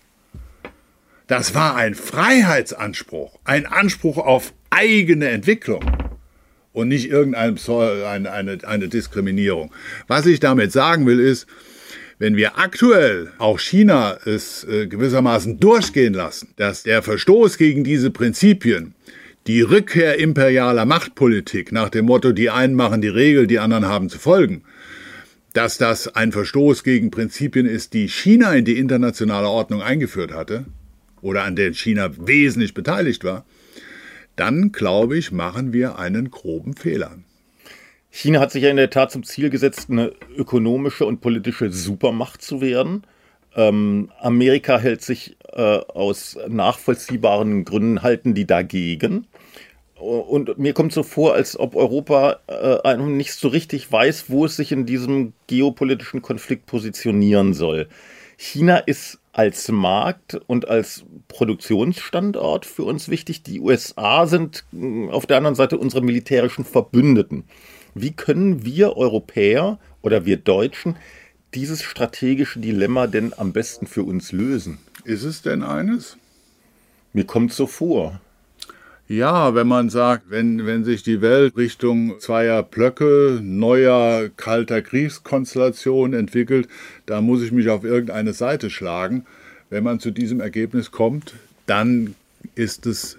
Das war ein Freiheitsanspruch, ein Anspruch auf eigene Entwicklung. Und nicht irgendeine eine, eine, eine Diskriminierung. Was ich damit sagen will, ist, wenn wir aktuell auch China es äh, gewissermaßen durchgehen lassen, dass der Verstoß gegen diese Prinzipien, die Rückkehr imperialer Machtpolitik nach dem Motto, die einen machen die Regel, die anderen haben zu folgen, dass das ein Verstoß gegen Prinzipien ist, die China in die internationale Ordnung eingeführt hatte oder an denen China wesentlich beteiligt war, dann, glaube ich, machen wir einen groben Fehler. China hat sich ja in der Tat zum Ziel gesetzt, eine ökonomische und politische Supermacht zu werden. Ähm, Amerika hält sich äh, aus nachvollziehbaren Gründen, halten die dagegen. Und mir kommt so vor, als ob Europa äh, nicht so richtig weiß, wo es sich in diesem geopolitischen Konflikt positionieren soll. China ist als Markt und als Produktionsstandort für uns wichtig. Die U S A sind mh, auf der anderen Seite unsere militärischen Verbündeten. Wie können wir Europäer oder wir Deutschen dieses strategische Dilemma denn am besten für uns lösen? Ist es denn eines? Mir kommt so vor. Ja, wenn man sagt, wenn, wenn sich die Welt Richtung zweier Blöcke, neuer kalter Kriegskonstellation entwickelt, dann muss ich mich auf irgendeine Seite schlagen. Wenn man zu diesem Ergebnis kommt, dann ist es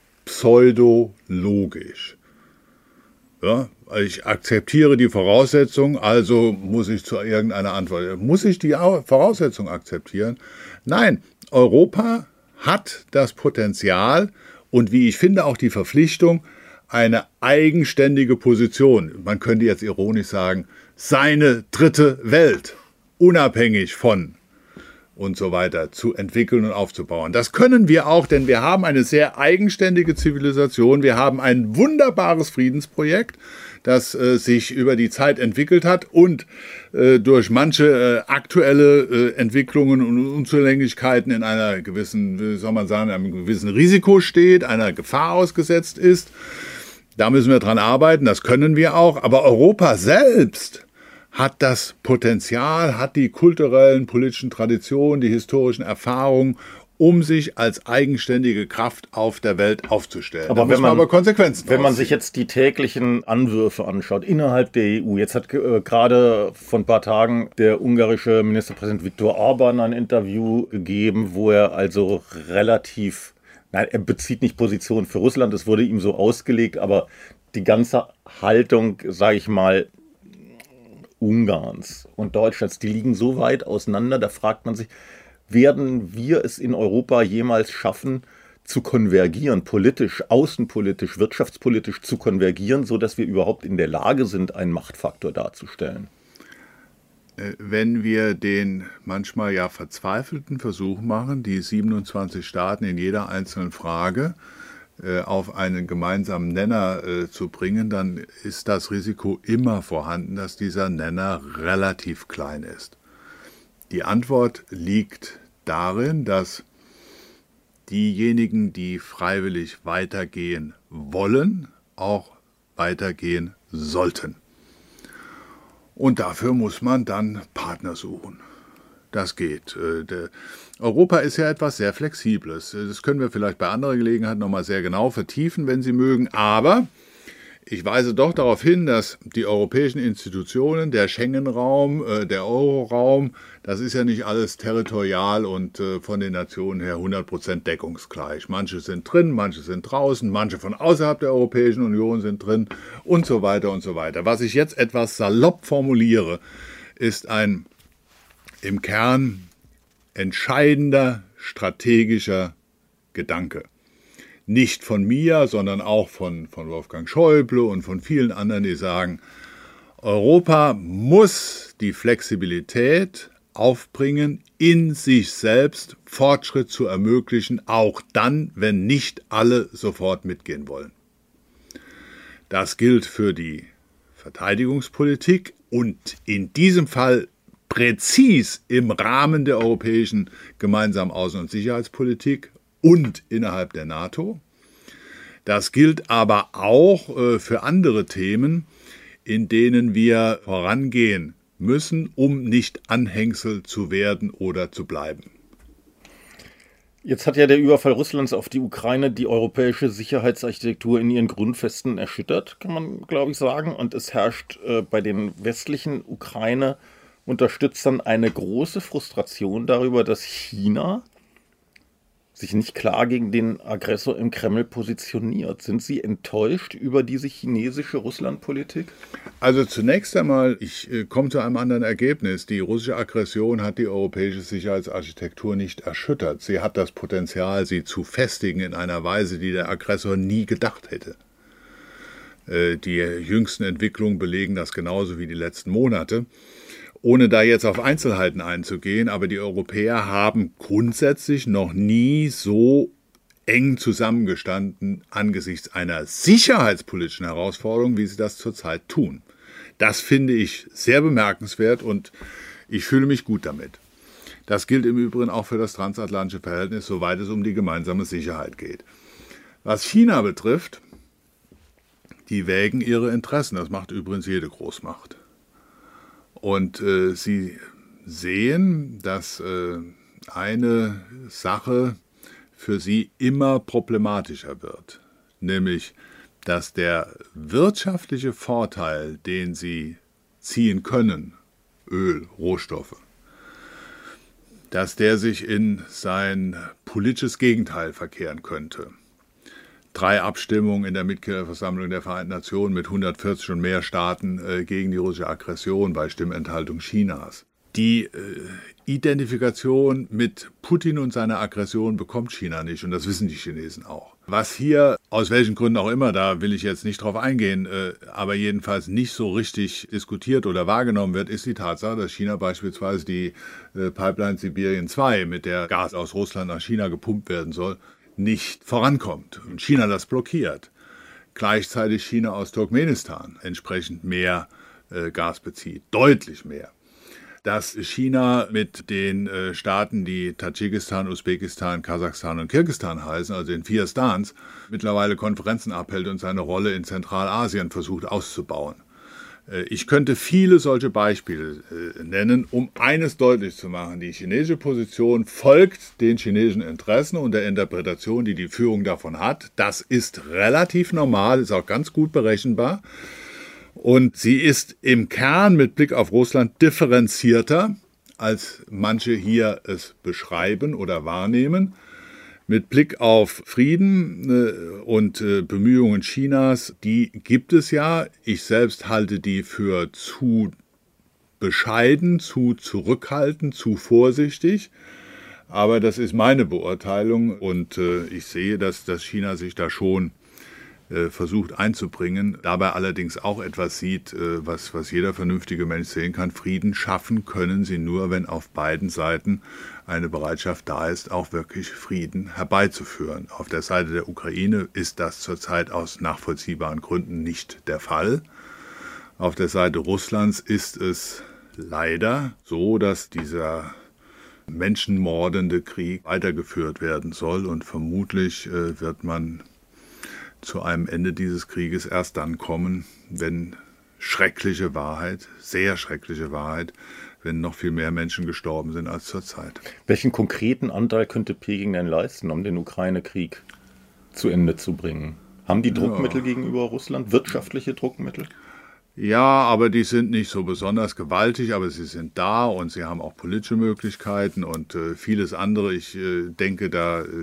pseudologisch. Ja, ich akzeptiere die Voraussetzung, also muss ich zu irgendeiner Antwort. Muss ich die Voraussetzung akzeptieren? Nein, Europa hat das Potenzial, und wie ich finde, auch die Verpflichtung, eine eigenständige Position, man könnte jetzt ironisch sagen, seine dritte Welt, unabhängig von und so weiter, zu entwickeln und aufzubauen. Das können wir auch, denn wir haben eine sehr eigenständige Zivilisation. Wir haben ein wunderbares Friedensprojekt, das äh, sich über die Zeit entwickelt hat und äh, durch manche äh, aktuelle äh, Entwicklungen und Unzulänglichkeiten in einer gewissen, wie soll man sagen, einem gewissen Risiko steht, einer Gefahr ausgesetzt ist. Da müssen wir dran arbeiten, das können wir auch. Aber Europa selbst hat das Potenzial, hat die kulturellen, politischen Traditionen, die historischen Erfahrungen, um sich als eigenständige Kraft auf der Welt aufzustellen. Aber da wenn muss man, man aber Konsequenzen Wenn man sich jetzt die täglichen Anwürfe anschaut innerhalb der E U, jetzt hat äh, gerade vor ein paar Tagen der ungarische Ministerpräsident Viktor Orbán ein Interview gegeben, wo er also relativ, nein, er bezieht nicht Position für Russland, es wurde ihm so ausgelegt, aber die ganze Haltung, sage ich mal, Ungarns und Deutschlands, die liegen so weit auseinander, da fragt man sich, werden wir es in Europa jemals schaffen, zu konvergieren, politisch, außenpolitisch, wirtschaftspolitisch zu konvergieren, sodass wir überhaupt in der Lage sind, einen Machtfaktor darzustellen? Wenn wir den manchmal ja verzweifelten Versuch machen, die siebenundzwanzig Staaten in jeder einzelnen Frage auf einen gemeinsamen Nenner äh, zu bringen, dann ist das Risiko immer vorhanden, dass dieser Nenner relativ klein ist. Die Antwort liegt darin, dass diejenigen, die freiwillig weitergehen wollen, auch weitergehen sollten. Und dafür muss man dann Partner suchen. Das geht. Europa ist ja etwas sehr Flexibles. Das können wir vielleicht bei anderer Gelegenheit nochmal sehr genau vertiefen, wenn Sie mögen. Aber ich weise doch darauf hin, dass die europäischen Institutionen, der Schengen-Raum, der Euro-Raum, das ist ja nicht alles territorial und von den Nationen her hundert Prozent deckungsgleich. Manche sind drin, manche sind draußen, manche von außerhalb der Europäischen Union sind drin und so weiter und so weiter. Was ich jetzt etwas salopp formuliere, ist ein im Kern entscheidender strategischer Gedanke. Nicht von mir, sondern auch von, von Wolfgang Schäuble und von vielen anderen, die sagen, Europa muss die Flexibilität aufbringen, in sich selbst Fortschritt zu ermöglichen, auch dann, wenn nicht alle sofort mitgehen wollen. Das gilt für die Verteidigungspolitik und in diesem Fall präzis im Rahmen der europäischen gemeinsamen Außen- und Sicherheitspolitik und innerhalb der NATO. Das gilt aber auch äh, für andere Themen, in denen wir vorangehen müssen, um nicht Anhängsel zu werden oder zu bleiben. Jetzt hat ja der Überfall Russlands auf die Ukraine die europäische Sicherheitsarchitektur in ihren Grundfesten erschüttert, kann man, glaube ich, sagen. Und es herrscht äh, bei den westlichen Ukraine-Unterstützern eine große Frustration darüber, dass China sich nicht klar gegen den Aggressor im Kreml positioniert. Sind Sie enttäuscht über diese chinesische Russlandpolitik? Also zunächst einmal, ich äh, komme zu einem anderen Ergebnis. Die russische Aggression hat die europäische Sicherheitsarchitektur nicht erschüttert. Sie hat das Potenzial, sie zu festigen in einer Weise, die der Aggressor nie gedacht hätte. Äh, die jüngsten Entwicklungen belegen das genauso wie die letzten Monate. Ohne da jetzt auf Einzelheiten einzugehen, aber die Europäer haben grundsätzlich noch nie so eng zusammengestanden angesichts einer sicherheitspolitischen Herausforderung, wie sie das zurzeit tun. Das finde ich sehr bemerkenswert und ich fühle mich gut damit. Das gilt im Übrigen auch für das transatlantische Verhältnis, soweit es um die gemeinsame Sicherheit geht. Was China betrifft, die wägen ihre Interessen. Das macht übrigens jede Großmacht. Und äh, sie sehen, dass äh, eine Sache für sie immer problematischer wird, nämlich dass der wirtschaftliche Vorteil, den sie ziehen können, Öl, Rohstoffe, dass der sich in sein politisches Gegenteil verkehren könnte. Drei Abstimmungen in der Mitgliederversammlung der Vereinten Nationen mit hundertvierzig und mehr Staaten äh, gegen die russische Aggression bei Stimmenthaltung Chinas. Die äh, Identifikation mit Putin und seiner Aggression bekommt China nicht und das wissen die Chinesen auch. Was hier, aus welchen Gründen auch immer, da will ich jetzt nicht drauf eingehen, äh, aber jedenfalls nicht so richtig diskutiert oder wahrgenommen wird, ist die Tatsache, dass China beispielsweise die äh, Pipeline Sibirien zwei, mit der Gas aus Russland nach China gepumpt werden soll, nicht vorankommt und China das blockiert. Gleichzeitig China aus Turkmenistan entsprechend mehr äh, Gas bezieht, deutlich mehr. Dass China mit den äh, Staaten, die Tadschikistan, Usbekistan, Kasachstan und Kirgisistan heißen, also den vier Stans, mittlerweile Konferenzen abhält und seine Rolle in Zentralasien versucht auszubauen. Ich könnte viele solche Beispiele nennen, um eines deutlich zu machen. Die chinesische Position folgt den chinesischen Interessen und der Interpretation, die die Führung davon hat. Das ist relativ normal, ist auch ganz gut berechenbar. Und sie ist im Kern mit Blick auf Russland differenzierter, als manche hier es beschreiben oder wahrnehmen. Mit Blick auf Frieden äh, und äh, Bemühungen Chinas, die gibt es ja. Ich selbst halte die für zu bescheiden, zu zurückhaltend, zu vorsichtig. Aber das ist meine Beurteilung und äh, ich sehe, dass, dass China sich da schon äh, versucht einzubringen. Dabei allerdings auch etwas sieht, äh, was, was jeder vernünftige Mensch sehen kann. Frieden schaffen können sie nur, wenn auf beiden Seiten eine Bereitschaft da ist, auch wirklich Frieden herbeizuführen. Auf der Seite der Ukraine ist das zurzeit aus nachvollziehbaren Gründen nicht der Fall. Auf der Seite Russlands ist es leider so, dass dieser menschenmordende Krieg weitergeführt werden soll und vermutlich äh, wird man zu einem Ende dieses Krieges erst dann kommen, wenn schreckliche Wahrheit, sehr schreckliche Wahrheit, wenn noch viel mehr Menschen gestorben sind als zurzeit. Welchen konkreten Anteil könnte Peking denn leisten, um den Ukraine-Krieg zu Ende zu bringen? Haben die Druckmittel ja. gegenüber Russland, wirtschaftliche Druckmittel? Ja, aber die sind nicht so besonders gewaltig, aber sie sind da und sie haben auch politische Möglichkeiten und äh, vieles andere. Ich äh, denke, da äh,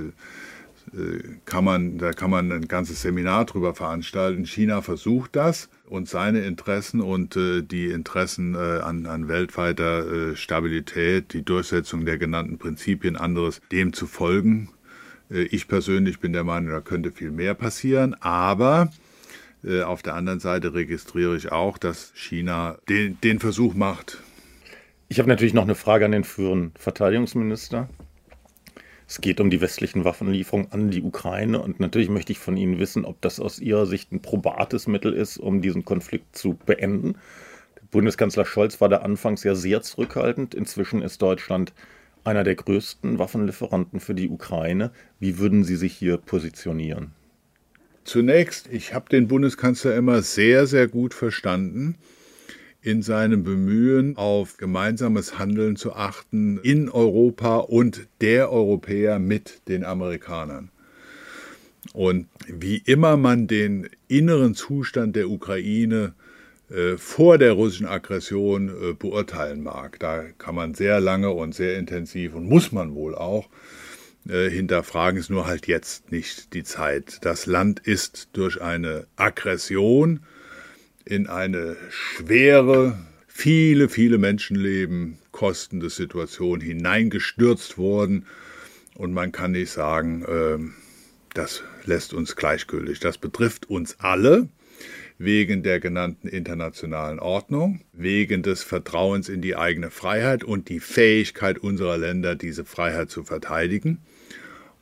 kann man, da kann man ein ganzes Seminar drüber veranstalten. China versucht das und seine Interessen und äh, die Interessen äh, an, an weltweiter äh, Stabilität, die Durchsetzung der genannten Prinzipien, anderes, dem zu folgen. Äh, ich persönlich bin der Meinung, da könnte viel mehr passieren, aber äh, auf der anderen Seite registriere ich auch, dass China den, den Versuch macht. Ich habe natürlich noch eine Frage an den früheren Verteidigungsminister. Es geht um die westlichen Waffenlieferungen an die Ukraine und natürlich möchte ich von Ihnen wissen, ob das aus Ihrer Sicht ein probates Mittel ist, um diesen Konflikt zu beenden. Der Bundeskanzler Scholz war da anfangs ja sehr zurückhaltend. Inzwischen ist Deutschland einer der größten Waffenlieferanten für die Ukraine. Wie würden Sie sich hier positionieren? Zunächst, ich habe den Bundeskanzler immer sehr, sehr gut verstanden, in seinem Bemühen, auf gemeinsames Handeln zu achten in Europa und der Europäer mit den Amerikanern. Und wie immer man den inneren Zustand der Ukraine äh, vor der russischen Aggression äh, beurteilen mag, da kann man sehr lange und sehr intensiv und muss man wohl auch äh, hinterfragen, ist nur halt jetzt nicht die Zeit. Das Land ist durch eine Aggression in eine schwere, viele, viele Menschenleben kostende Situation hineingestürzt worden. Und man kann nicht sagen, äh, das lässt uns gleichgültig. Das betrifft uns alle wegen der genannten internationalen Ordnung, wegen des Vertrauens in die eigene Freiheit und die Fähigkeit unserer Länder, diese Freiheit zu verteidigen.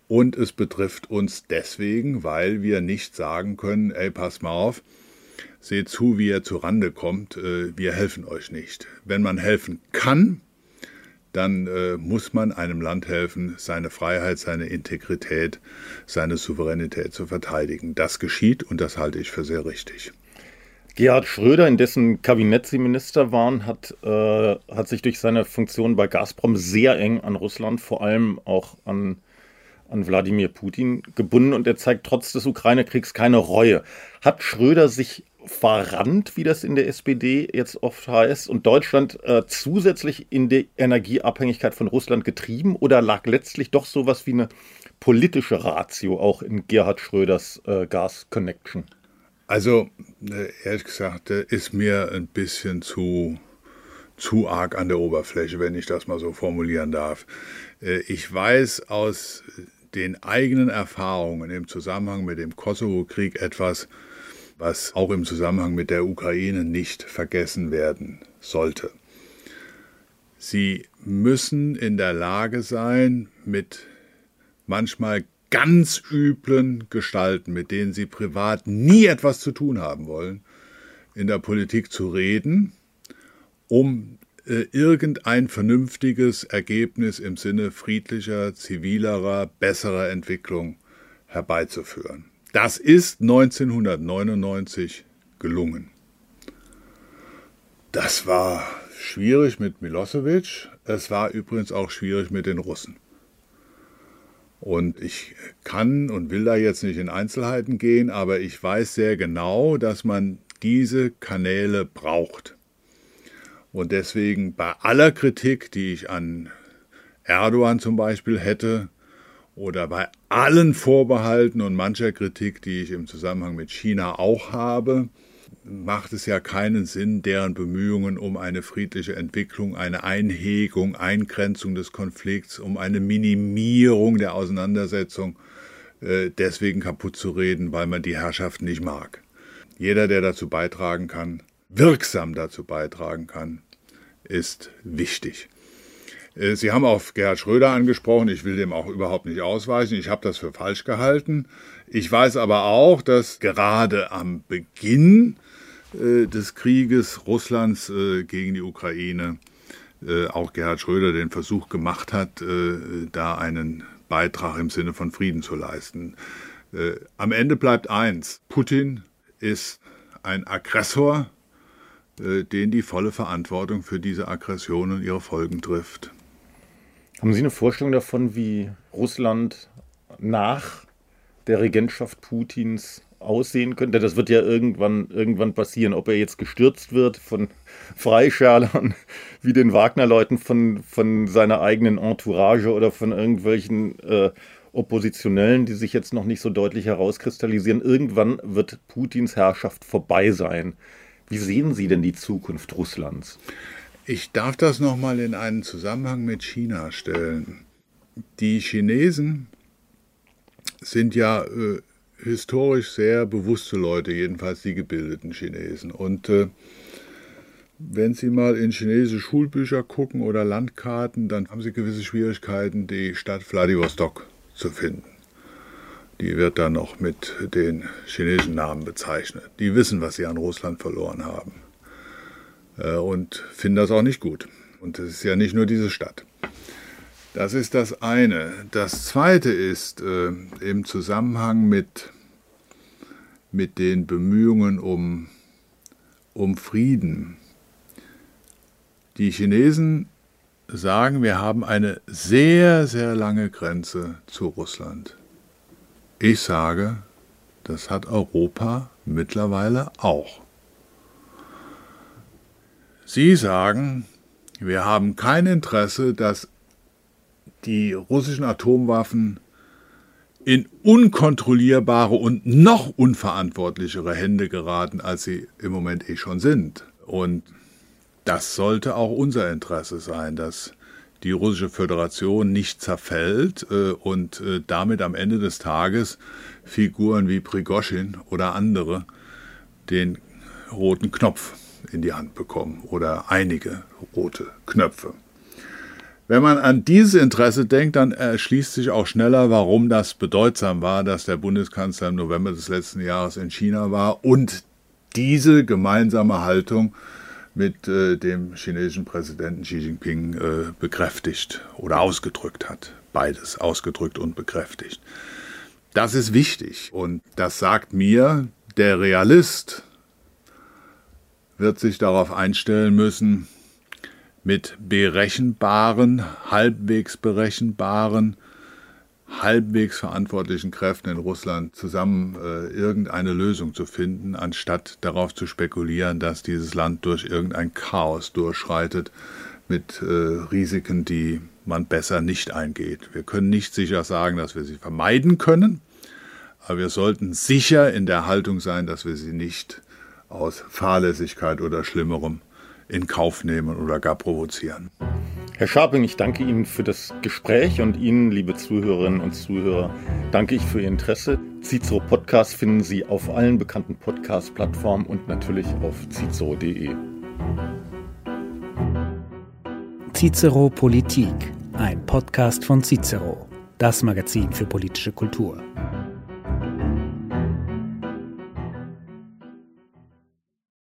Und es betrifft uns deswegen, weil wir nicht sagen können, ey, passt mal auf, seht zu, wie ihr zur Rande kommt, wir helfen euch nicht. Wenn man helfen kann, dann äh, muss man einem Land helfen, seine Freiheit, seine Integrität, seine Souveränität zu verteidigen. Das geschieht und das halte ich für sehr richtig. Gerhard Schröder, in dessen Kabinett Sie Minister waren, hat, äh, hat sich durch seine Funktion bei Gazprom sehr eng an Russland, vor allem auch an, an Wladimir Putin gebunden, und er zeigt trotz des Ukraine-Kriegs keine Reue. Hat Schröder sich verrannt, wie das in der S P D jetzt oft heißt, und Deutschland äh, zusätzlich in die Energieabhängigkeit von Russland getrieben, oder lag letztlich doch sowas wie eine politische Ratio auch in Gerhard Schröders äh, Gas-Connection? Also, ehrlich gesagt, ist mir ein bisschen zu, zu arg an der Oberfläche, wenn ich das mal so formulieren darf. Ich weiß aus den eigenen Erfahrungen im Zusammenhang mit dem Kosovo-Krieg etwas, was auch im Zusammenhang mit der Ukraine nicht vergessen werden sollte. Sie müssen in der Lage sein, mit manchmal ganz üblen Gestalten, mit denen Sie privat nie etwas zu tun haben wollen, in der Politik zu reden, um äh, irgendein vernünftiges Ergebnis im Sinne friedlicher, zivilerer, besserer Entwicklung herbeizuführen. Das ist neunzehnhundertneunundneunzig gelungen. Das war schwierig mit Milosevic, es war übrigens auch schwierig mit den Russen. Und ich kann und will da jetzt nicht in Einzelheiten gehen, aber ich weiß sehr genau, dass man diese Kanäle braucht. Und deswegen bei aller Kritik, die ich an Erdogan zum Beispiel hätte, oder bei allen Vorbehalten und mancher Kritik, die ich im Zusammenhang mit China auch habe, macht es ja keinen Sinn, deren Bemühungen um eine friedliche Entwicklung, eine Einhegung, Eingrenzung des Konflikts, um eine Minimierung der Auseinandersetzung äh, deswegen kaputt zu reden, weil man die Herrschaft nicht mag. Jeder, der dazu beitragen kann, wirksam dazu beitragen kann, ist wichtig. Sie haben auf Gerhard Schröder angesprochen, ich will dem auch überhaupt nicht ausweichen, ich habe das für falsch gehalten. Ich weiß aber auch, dass gerade am Beginn äh, des Krieges Russlands äh, gegen die Ukraine äh, auch Gerhard Schröder den Versuch gemacht hat, äh, da einen Beitrag im Sinne von Frieden zu leisten. Äh, am Ende bleibt eins, Putin ist ein Aggressor, äh, den die volle Verantwortung für diese Aggression und ihre Folgen trifft. Haben Sie eine Vorstellung davon, wie Russland nach der Regentschaft Putins aussehen könnte? Das wird ja irgendwann, irgendwann passieren. Ob er jetzt gestürzt wird von Freischärlern wie den Wagner-Leuten, von, von seiner eigenen Entourage oder von irgendwelchen äh, Oppositionellen, die sich jetzt noch nicht so deutlich herauskristallisieren. Irgendwann wird Putins Herrschaft vorbei sein. Wie sehen Sie denn die Zukunft Russlands? Ich darf das nochmal in einen Zusammenhang mit China stellen. Die Chinesen sind ja äh, historisch sehr bewusste Leute, jedenfalls die gebildeten Chinesen. Und äh, wenn Sie mal in chinesische Schulbücher gucken oder Landkarten, dann haben Sie gewisse Schwierigkeiten, die Stadt Wladiwostok zu finden. Die wird dann noch mit den chinesischen Namen bezeichnet. Die wissen, was sie an Russland verloren haben. Und finden das auch nicht gut. Und es ist ja nicht nur diese Stadt. Das ist das eine. Das zweite ist äh, im Zusammenhang mit, mit den Bemühungen um, um Frieden. Die Chinesen sagen, wir haben eine sehr, sehr lange Grenze zu Russland. Ich sage, das hat Europa mittlerweile auch. Sie sagen, wir haben kein Interesse, dass die russischen Atomwaffen in unkontrollierbare und noch unverantwortlichere Hände geraten, als sie im Moment eh schon sind. Und das sollte auch unser Interesse sein, dass die russische Föderation nicht zerfällt äh, und äh, damit am Ende des Tages Figuren wie Prigoschin oder andere den roten Knopf in die Hand bekommen oder einige rote Knöpfe. Wenn man an dieses Interesse denkt, dann erschließt sich auch schneller, warum das bedeutsam war, dass der Bundeskanzler im November des letzten Jahres in China war und diese gemeinsame Haltung mit äh, dem chinesischen Präsidenten Xi Jinping äh, bekräftigt oder ausgedrückt hat. Beides, ausgedrückt und bekräftigt. Das ist wichtig und das sagt mir, der Realist wird sich darauf einstellen müssen, mit berechenbaren, halbwegs berechenbaren, halbwegs verantwortlichen Kräften in Russland zusammen äh, irgendeine Lösung zu finden, anstatt darauf zu spekulieren, dass dieses Land durch irgendein Chaos durchschreitet mit äh, Risiken, die man besser nicht eingeht. Wir können nicht sicher sagen, dass wir sie vermeiden können, aber wir sollten sicher in der Haltung sein, dass wir sie nicht aus Fahrlässigkeit oder Schlimmerem in Kauf nehmen oder gar provozieren. Herr Scharping, ich danke Ihnen für das Gespräch und Ihnen, liebe Zuhörerinnen und Zuhörer, danke ich für Ihr Interesse. Cicero Podcast finden Sie auf allen bekannten Podcast-Plattformen und natürlich auf cicero punkt de. Cicero Politik, ein Podcast von Cicero, das Magazin für politische Kultur.